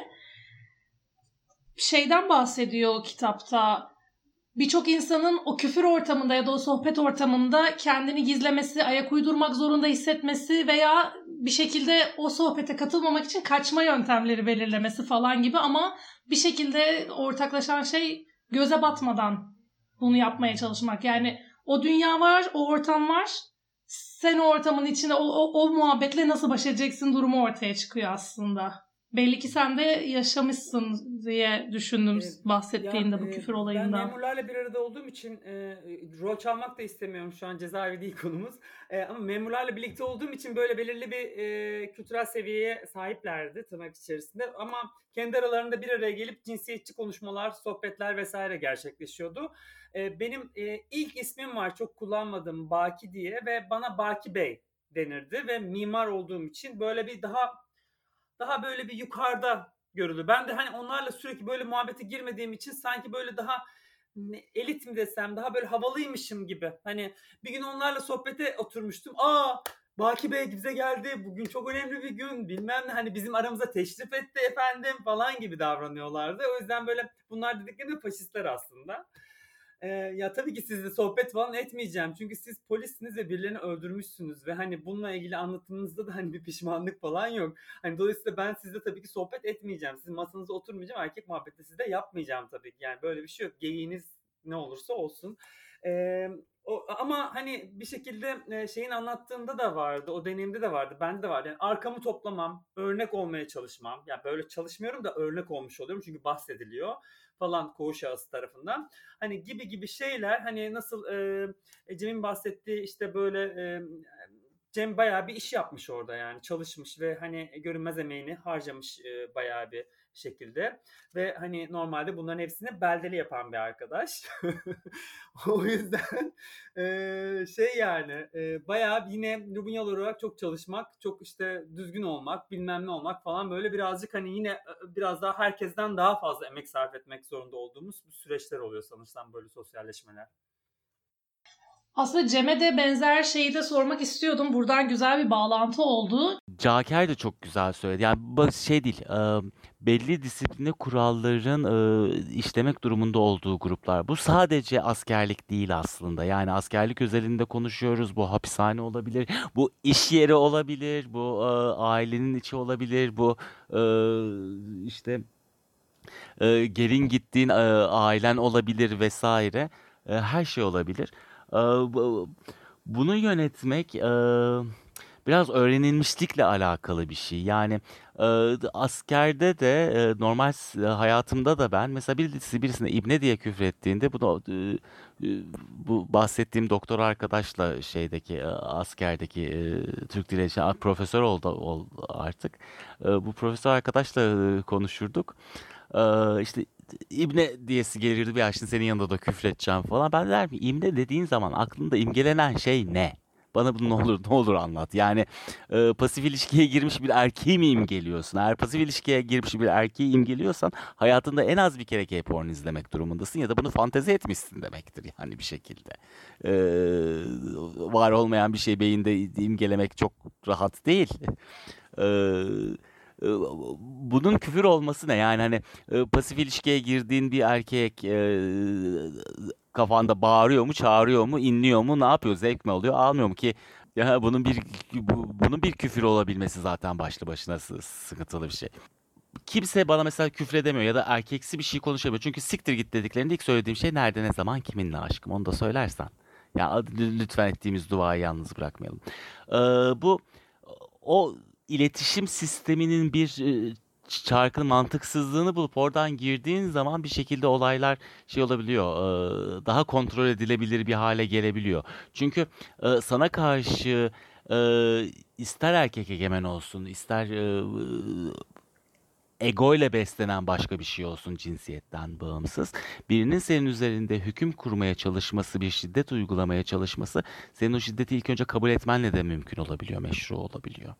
Şeyden bahsediyor kitapta. Birçok insanın o küfür ortamında ya da o sohbet ortamında kendini gizlemesi, ayak uydurmak zorunda hissetmesi veya bir şekilde o sohbete katılmamak için kaçma yöntemleri belirlemesi falan gibi ama bir şekilde ortaklaşan şey göze batmadan bunu yapmaya çalışmak. Yani o dünya var, o ortam var. Sen o ortamın içinde o, o, o muhabbetle nasıl baş edeceksin durumu ortaya çıkıyor aslında. Belli ki sen de yaşamışsın diye düşündüm Ee, bahsettiğinde ya, bu e, küfür Ben olayında. memurlarla bir arada olduğum için e, rol çalmak da istemiyorum şu an cezaevi değil konumuz. E, ama memurlarla birlikte olduğum için böyle belirli bir e, kültürel seviyeye sahiplerdi tırnak içerisinde. Ama kendi aralarında bir araya gelip cinsiyetçi konuşmalar, sohbetler vesaire gerçekleşiyordu. E, benim e, ilk ismim var çok kullanmadığım Baki diye ve bana Baki Bey denirdi ve mimar olduğum için böyle bir daha daha böyle bir yukarıda görülür. Ben de hani onlarla sürekli böyle muhabbete girmediğim için sanki böyle daha elit mi desem daha böyle havalıymışım gibi. Hani bir gün onlarla sohbete oturmuştum. Aa Baki Bey bize geldi. Bugün çok önemli bir gün. Bilmem ne hani bizim aramıza teşrif etti efendim falan gibi davranıyorlardı. O yüzden böyle bunlar dedikleri faşistler aslında. Ee, ya tabii ki sizle sohbet falan etmeyeceğim. Çünkü siz polissiniz ve birilerini öldürmüşsünüz ve hani bununla ilgili anlatımınızda da hani bir pişmanlık falan yok. Hani dolayısıyla ben sizle tabii ki sohbet etmeyeceğim. Sizin masanıza oturmayacağım. Erkek muhabbeti sizle yapmayacağım tabii ki. Yani böyle bir şey yok. Geyiğiniz ne olursa olsun. Ee, O, ama hani bir şekilde e, şeyin anlattığında da vardı, o deneyimde de vardı, bende de vardı. Yani arkamı toplamam, örnek olmaya çalışmam. Yani böyle çalışmıyorum da örnek olmuş oluyorum çünkü bahsediliyor falan koğuş şahısı tarafından. Hani gibi gibi şeyler, hani nasıl e, Cem'in bahsettiği işte böyle e, Cem bayağı bir iş yapmış orada, yani çalışmış ve hani görünmez emeğini harcamış e, bayağı bir şekilde ve hani normalde bunların hepsini beldeli yapan bir arkadaş. O yüzden e, şey yani e, bayağı yine Lubunyal olarak çok çalışmak, çok işte düzgün olmak, bilmem ne olmak falan, böyle birazcık hani yine e, biraz daha herkesten daha fazla emek sarf etmek zorunda olduğumuz süreçler oluyor sanırsam böyle sosyalleşmeler. Aslında Cem'e de benzer şeyi de sormak istiyordum. Buradan güzel bir bağlantı oldu. Caker de çok güzel söyledi. Yani bak şey değil, e, belli disipline kuralların e, işlemek durumunda olduğu gruplar. Bu sadece askerlik değil aslında. Yani askerlik özelinde konuşuyoruz. Bu hapishane olabilir, bu iş yeri olabilir, bu e, ailenin içi olabilir, bu e, işte e, gelin gittiğin e, ailen olabilir vesaire. E, her şey olabilir. E, bu- bunu yönetmek e, biraz öğrenilmişlikle alakalı bir şey. Yani e, askerde de e, normal s- hayatımda da ben mesela birisi birisine ibne diye küfür ettiğinde bunu e, e, bu bahsettiğim doktor arkadaşla şeydeki e, askerdeki e, Türk Dili Eğitimi- profesör oldu, oldu artık. E, bu profesör arkadaşla e, konuşurduk. Ee, işte İbne diyesi gelirdi, bir ay şimdi senin yanında da küfür edeceğim falan. Ben de derim ki İbne dediğin zaman aklında imgelenen şey ne? Bana bunu ne olur ne olur anlat. Yani e, pasif ilişkiye girmiş bir erkeği mi imgeliyorsun? Eğer pasif ilişkiye girmiş bir erkeği imgeliyorsan hayatında en az bir kere gay porn izlemek durumundasın ya da bunu fantezi etmişsin demektir yani bir şekilde. Ee, var olmayan bir şey beyinde imgelemek çok rahat değil. Ee, e, Bunun küfür olması ne? Yani hani e, pasif ilişkiye girdiğin bir erkek e, kafanda bağırıyor mu, çağırıyor mu, inliyor mu, ne yapıyor? Zevk mi alıyor, almıyor mu ki? Ya bunun bir bu- bunun bir küfür olabilmesi zaten başlı başına sı- sıkıntılı bir şey. Kimse bana mesela küfredemiyor ya da erkeksi bir şey konuşamıyor. Çünkü siktir git dediklerinde ilk söylediğim şey nerede, ne zaman, kiminle aşkım, onu da söylersen. Ya lü- lütfen ettiğimiz duayı yalnız bırakmayalım. Ee, bu o iletişim sisteminin bir e, çarkın mantıksızlığını bulup oradan girdiğin zaman bir şekilde olaylar şey olabiliyor. e, Daha kontrol edilebilir bir hale gelebiliyor. Çünkü e, sana karşı e, ister erkek egemen olsun, ister e, ego ile beslenen başka bir şey olsun, cinsiyetten bağımsız. Birinin senin üzerinde hüküm kurmaya çalışması, bir şiddet uygulamaya çalışması, senin o şiddeti ilk önce kabul etmenle de mümkün olabiliyor, meşru olabiliyor.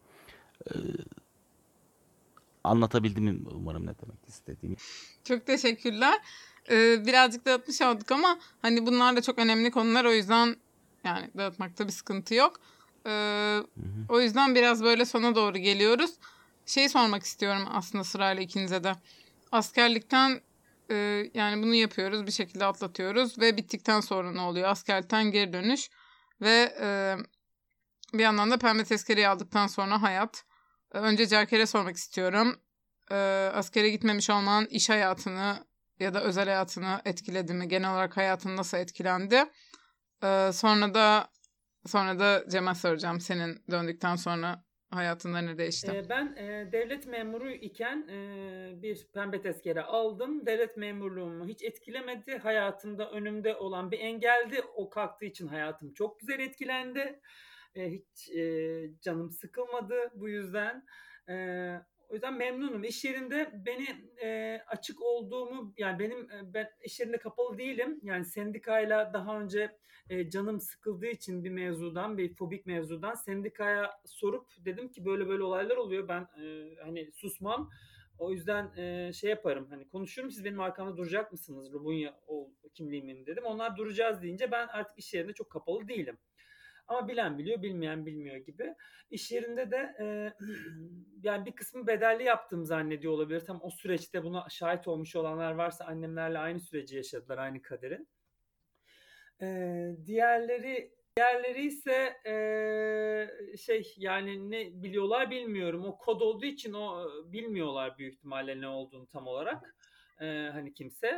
Anlatabildim mi umarım ne demek istediğimi? Çok teşekkürler. Ee, birazcık dağıtmış olduk ama hani bunlar da çok önemli konular, o yüzden yani dağıtmakta bir sıkıntı yok. Ee, o yüzden biraz böyle sona doğru geliyoruz. Şey sormak istiyorum aslında sırayla ikinize de. Askerlikten e, yani bunu yapıyoruz, bir şekilde atlatıyoruz ve bittikten sonra ne oluyor? Askerlikten geri dönüş ve e, bir yandan da pembe tezkereyi aldıktan sonra hayat. Ee, Önce Cerker'e sormak istiyorum. Ee, askere gitmemiş olman iş hayatını ya da özel hayatını etkiledi mi? Genel olarak hayatın nasıl etkilendi? Ee, sonra da sonra da Cem'e soracağım. Senin döndükten sonra hayatında ne değişti? Ee, ben e, devlet memuru iken e, bir pembe tezkere aldım. Devlet memurluğumu hiç etkilemedi. Hayatımda önümde olan bir engeldi. O kalktığı için hayatım çok güzel etkilendi. E, hiç e, canım sıkılmadı bu yüzden. E, O yüzden memnunum. İş yerinde beni e, açık olduğumu, yani benim e, ben iş yerinde kapalı değilim. Yani sendikayla daha önce e, canım sıkıldığı için bir mevzudan, bir fobik mevzudan sendikaya sorup dedim ki böyle böyle olaylar oluyor. Ben e, hani susmam. O yüzden e, şey yaparım, hani konuşurum, siz benim arkamda duracak mısınız? Lubunya o kimliğimin dedim. Onlar duracağız deyince ben artık iş yerinde çok kapalı değilim. Ama bilen biliyor, bilmeyen bilmiyor gibi. İş yerinde de e, yani bir kısmı bedelli yaptığımı zannediyor olabilir. Tam o süreçte buna şahit olmuş olanlar varsa annemlerle aynı süreci yaşadılar, aynı kaderi. Ee, diğerleri diğerleri ise ee, şey yani ne biliyorlar bilmiyorum. O kod olduğu için o bilmiyorlar büyük ihtimalle ne olduğunu tam olarak. Ee, hani kimse.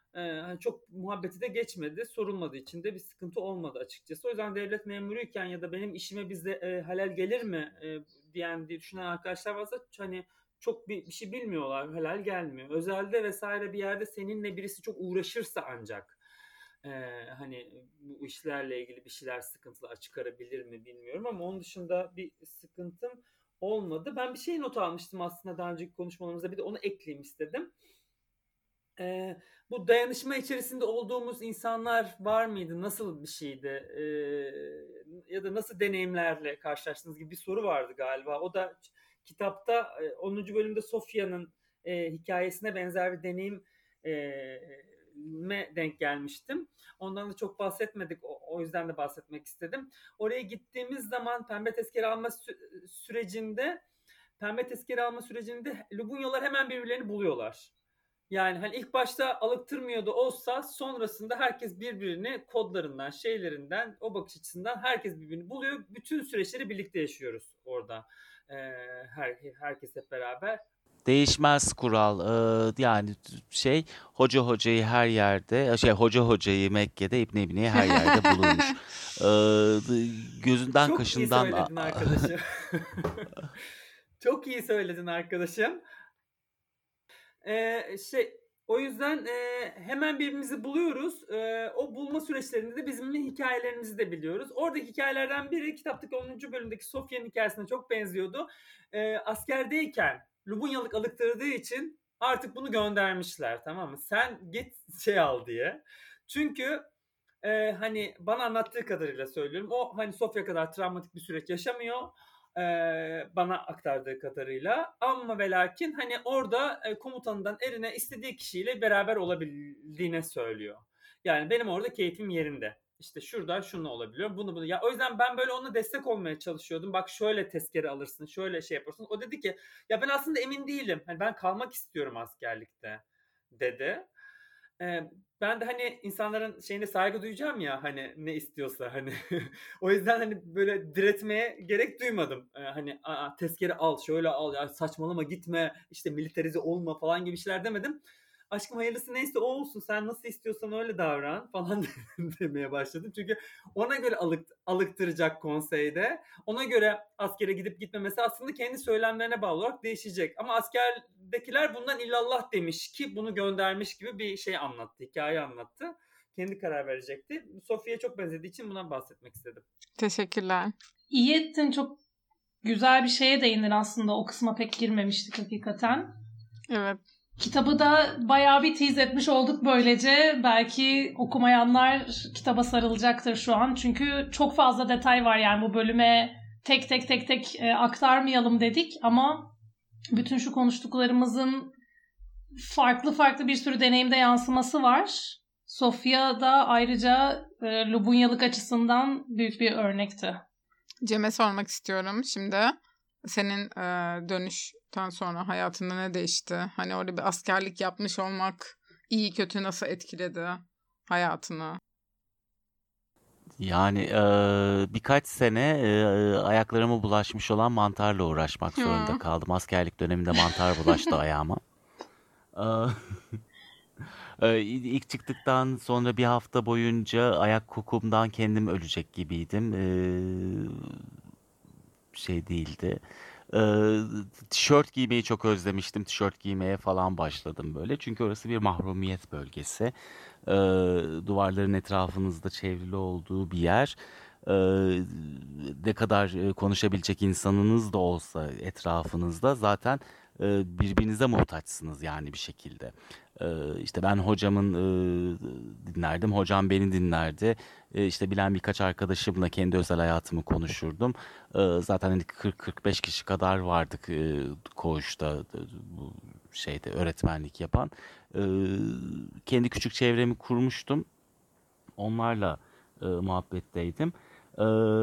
Ee, hani çok muhabbeti de geçmedi. Sorulmadığı için de bir sıkıntı olmadı açıkçası. O yüzden devlet memuruyken ya da benim işime bize e, halal gelir mi e, diyen diye düşünen arkadaşlar varsa hani çok bir, bir şey bilmiyorlar. Halal gelmiyor. Özelde vesaire bir yerde seninle birisi çok uğraşırsa ancak e, hani bu işlerle ilgili bir şeyler sıkıntılar çıkarabilir mi bilmiyorum ama onun dışında bir sıkıntım olmadı. Ben bir şey not almıştım aslında daha önceki konuşmalarımızda, bir de onu ekleyeyim istedim. Ee, bu dayanışma içerisinde olduğumuz insanlar var mıydı? Nasıl bir şeydi? Ee, ya da nasıl deneyimlerle karşılaştığınız gibi bir soru vardı galiba. O da kitapta e, onuncu bölümde Sofya'nın e, hikayesine benzer bir deneyim e, me denk gelmiştim. Ondan da çok bahsetmedik. O, o yüzden de bahsetmek istedim. Oraya gittiğimiz zaman pembe tezkere alma sü- sürecinde pembe tezkere alma sürecinde Lubunyalar hemen birbirlerini buluyorlar. Yani hani ilk başta alıktırmıyordu olsa sonrasında herkes birbirini kodlarından, şeylerinden, o bakış açısından herkes birbirini buluyor. Bütün süreçleri birlikte yaşıyoruz orada. Ee, her, herkes hep beraber. Değişmez kural. Ee, yani şey hoca hocayı her yerde şey hoca hocayı Mekke'de İbn İbni'yi her yerde bulurmuş. Ee, gözünden Çok iyi kaşından söyledin arkadaşım. Çok iyi söyledin arkadaşım. Ee, şey o yüzden e, hemen birbirimizi buluyoruz. E, o bulma süreçlerinde de bizim hikayelerimizi de biliyoruz. Oradaki hikayelerden biri kitaptaki onuncu bölümdeki Sofya'nın hikayesine çok benziyordu. E, askerdeyken Lubunyalık alıktırdığı için artık bunu göndermişler, tamam mı? Sen git şey al diye. Çünkü e, hani bana anlattığı kadarıyla söylüyorum. O hani Sofya kadar travmatik bir süreç yaşamıyor. Ee, bana aktardığı kadarıyla, ama ve lakin hani orada e, komutanından erine istediği kişiyle beraber olabildiğine söylüyor. Yani benim orada keyfim yerinde. İşte şurada şunu olabiliyor, bunu bunu. Ya o yüzden ben böyle ona destek olmaya çalışıyordum. Bak şöyle tezkere alırsın, şöyle şey yaparsın. O dedi ki ya ben aslında emin değilim. Hani ben kalmak istiyorum askerlikte dedi. Ee, ben de hani insanların şeyine saygı duyacağım ya, hani ne istiyorsa hani o yüzden hani böyle diretmeye gerek duymadım. Ee, hani aa, tezkere al, şöyle al, ya saçmalama gitme, işte militarize olma falan gibi şeyler demedim. Aşkım hayırlısı neyse o olsun, sen nasıl istiyorsan öyle davran falan demeye başladım. Çünkü ona göre alık, alıktıracak konseyde, ona göre askere gidip gitmemesi aslında kendi söylemlerine bağlı olarak değişecek. Ama askerdekiler bundan illallah demiş ki bunu göndermiş gibi bir şey anlattı, hikaye anlattı. Kendi karar verecekti. Sofya'ya çok benzediği için bundan bahsetmek istedim. Teşekkürler. İyi ettin, çok güzel bir şeye değindin aslında. O kısma pek girmemiştik hakikaten. Evet. Kitabı da bayağı bir tease etmiş olduk böylece. Belki okumayanlar kitaba sarılacaktır şu an. Çünkü çok fazla detay var, yani bu bölüme tek tek tek tek e, aktarmayalım dedik. Ama bütün şu konuştuklarımızın farklı farklı bir sürü deneyimde yansıması var. Sofya da ayrıca e, Lubunyalık açısından büyük bir örnekti. Cem'e sormak istiyorum şimdi. Senin e, dönüşten sonra hayatında ne değişti? Hani orada bir askerlik yapmış olmak iyi kötü nasıl etkiledi hayatını? Yani e, birkaç sene e, ayaklarıma bulaşmış olan mantarla uğraşmak zorunda Hı. kaldım. Askerlik döneminde mantar bulaştı ayağıma. E, e, ilk çıktıktan sonra bir hafta boyunca ayak kokumdan kendim ölecek gibiydim. E, şey değildi. E, tişört giymeyi çok özlemiştim. Tişört giymeye falan başladım böyle. Çünkü orası bir mahrumiyet bölgesi. E, duvarların etrafınızda çevrili olduğu bir yer. E, ne kadar e, konuşabilecek insanınız da olsa etrafınızda zaten e, birbirinize muhtaçsınız yani bir şekilde. E, işte ben hocamın e, dinlerdim, hocam beni dinlerdi. E, işte bilen birkaç arkadaşımla kendi özel hayatımı konuşurdum. E, zaten hani kırk kırk beş kişi kadar vardık e, koğuşta e, bu şeyde öğretmenlik yapan. E, kendi küçük çevremi kurmuştum. Onlarla e, muhabbetteydim. E,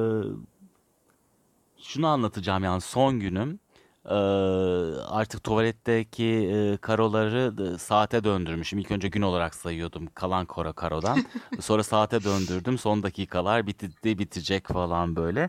şunu anlatacağım, yani son günüm. E, artık tuvaletteki e, karoları e, saate döndürmüşüm. İlk önce gün olarak sayıyordum kalan karo karodan. Sonra saate döndürdüm. Son dakikalar bitti, bitecek falan böyle.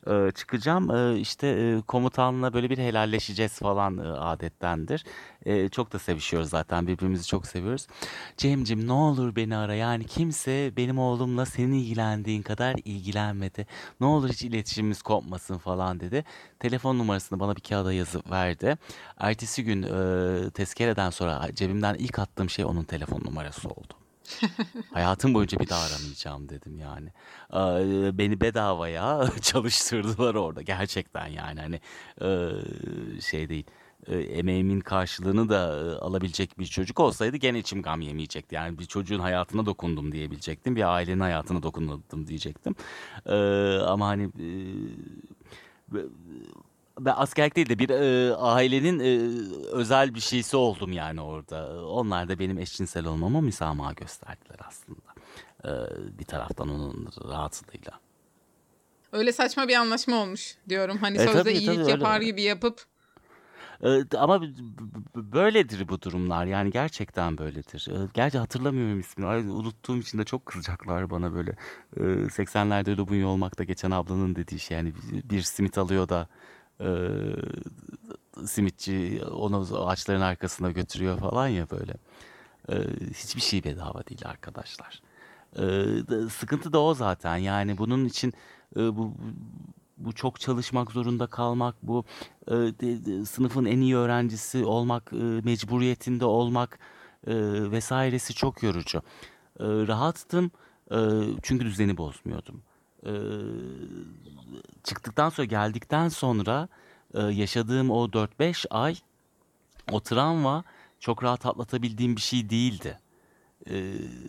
e, çıkacağım. E, işte e, komutanla böyle bir helalleşeceğiz falan, e, adettendir. E, çok da sevişiyoruz zaten, birbirimizi çok seviyoruz. Cemcim ne olur beni ara, yani kimse benim oğlumla senin ilgilendiğin kadar ilgilenmedi. Ne olur hiç iletişimimiz kopmasın falan dedi. Telefon numarasını bana bir kağıda yazıp verdi. Ertesi gün e, tezkereden sonra cebimden ilk attığım şey onun telefon numarası oldu. Hayatım boyunca bir daha aramayacağım dedim yani. Ee, Beni bedavaya çalıştırdılar orada gerçekten, yani hani e, şey değil. E, Emeğimin karşılığını da e, alabilecek bir çocuk olsaydı gene içim gam yemeyecekti. Yani bir çocuğun hayatına dokundum diyebilecektim. Bir ailenin hayatına dokundum diyecektim. E, Ama hani e, ben askerlik değil de bir e, ailenin e, özel bir şeysi oldum yani orada. Onlar da benim eşcinsel olmama müsamaha gösterdiler aslında. E, bir taraftan onun rahatsızlığıyla. Öyle saçma bir anlaşma olmuş diyorum. Hani E, sözde tabii, iyilik tabii, yapar öyle. gibi yapıp. E, ama b- b- böyledir bu durumlar, yani gerçekten böyledir. E, gerçi hatırlamıyorum ismini. Ay, unuttuğum için de çok kızacaklar bana böyle. E, seksenlerde Lubunya olmakta geçen ablanın dediği şey, yani bir, bir simit alıyor da e, simitçi onu ağaçların arkasına götürüyor falan ya böyle. Ee, hiçbir şey bedava değil arkadaşlar. Ee, da- sıkıntı da o zaten. Yani bunun için e, bu bu çok çalışmak zorunda kalmak, bu e, de- de- sınıfın en iyi öğrencisi olmak, e, mecburiyetinde olmak e, vesairesi çok yorucu. E, rahattım e, çünkü düzeni bozmuyordum. E, Çıktıktan sonra, geldikten sonra e, yaşadığım o dört beş ay, o travma çok rahat atlatabildiğim bir şey değildi. Ee,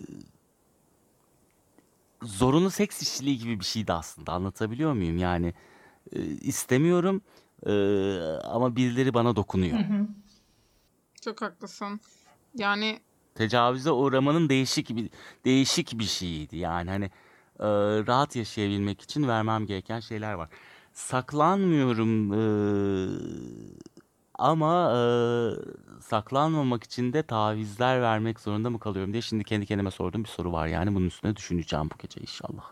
Zorunlu seks işçiliği gibi bir şeydi aslında. Anlatabiliyor muyum? Yani e, istemiyorum e, ama birileri bana Hı dokunuyor. hı. Çok haklısın. Yani Tecavüze uğramanın değişik bir değişik bir şeyiydi. Yani hani e, rahat yaşayabilmek için vermem gereken şeyler var. Saklanmıyorum e, ama e, saklanmamak için de tavizler vermek zorunda mı kalıyorum diye şimdi kendi kendime sorduğum bir soru var. Yani bunun üstüne düşüneceğim bu gece inşallah.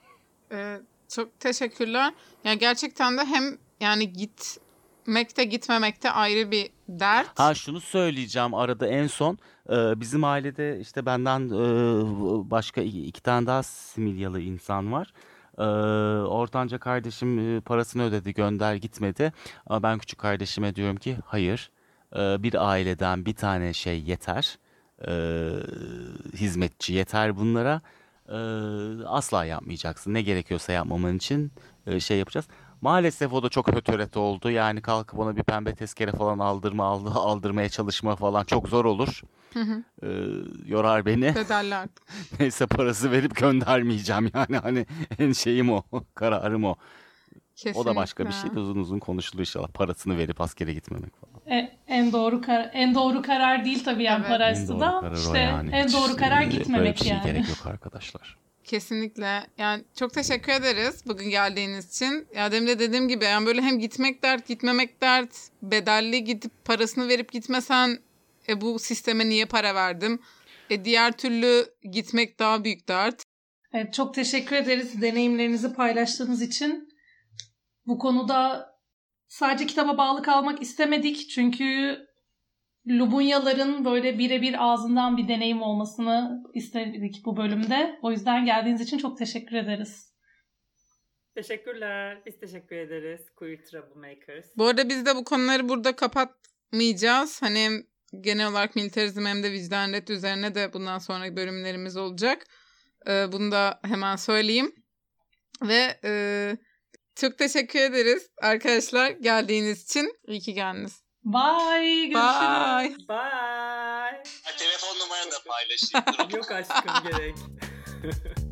e, çok teşekkürler. Ya gerçekten de hem yani gitmekte gitmemekte ayrı bir dert. Ha, şunu söyleyeceğim arada en son. Ee, bizim ailede işte benden e, başka iki, iki tane daha Similyalı insan var. Ee, ortanca kardeşim e, parasını ödedi, gönder gitmedi. Ama ben küçük kardeşime diyorum ki hayır. Ee, bir aileden bir tane şey yeter. Ee, Hizmetçi yeter bunlara. Ee, asla yapmayacaksın. Ne gerekiyorsa yapmaman için e, şey yapacağız. Maalesef o da çok hötöret oldu. Yani kalkıp ona bir pembe tezkere falan aldırma aldı, aldırmaya çalışma falan çok zor olur. Hı hı. Ee, Yorar beni. Bedeller. Neyse, parası verip göndermeyeceğim yani, hani en şeyim o, kararım o. O da başka bir şey Kesinlikle. de uzun uzun konuşulur inşallah. Parasını verip askere gitmemek falan. E, en doğru kar- en doğru karar değil tabii yani Evet. para En doğru da karar o işte yani. en Hiç, doğru karar e, Böyle gitmemek bir şey yani. gerek yok arkadaşlar. Kesinlikle. Yani çok teşekkür ederiz bugün geldiğiniz için. Ya demin de dediğim gibi yani böyle hem gitmek dert, gitmemek dert, bedelli gidip parasını verip gitmesen e, bu sisteme niye para verdim? E, diğer türlü gitmek daha büyük dert. Evet, çok teşekkür ederiz deneyimlerinizi paylaştığınız için. Bu konuda sadece kitaba bağlı kalmak istemedik. Çünkü Lubunyaların böyle birebir ağzından bir deneyim olmasını istedik bu bölümde. O yüzden geldiğiniz için çok teşekkür ederiz. Teşekkürler. Biz teşekkür ederiz. Queer Troublemakers. Bu arada biz de bu konuları burada kapatmayacağız. Hani hem genel olarak militarizm hem de vicdan reddi üzerine de bundan sonra bölümlerimiz olacak. Ee, bunu da hemen söyleyeyim. Ve e, çok teşekkür ederiz arkadaşlar geldiğiniz için. İyi ki geldiniz. Bye. Görüşürüz. Bye. Bye. Ha, telefon numaranı da paylaşayım. Dur. Yok aşkım gerek.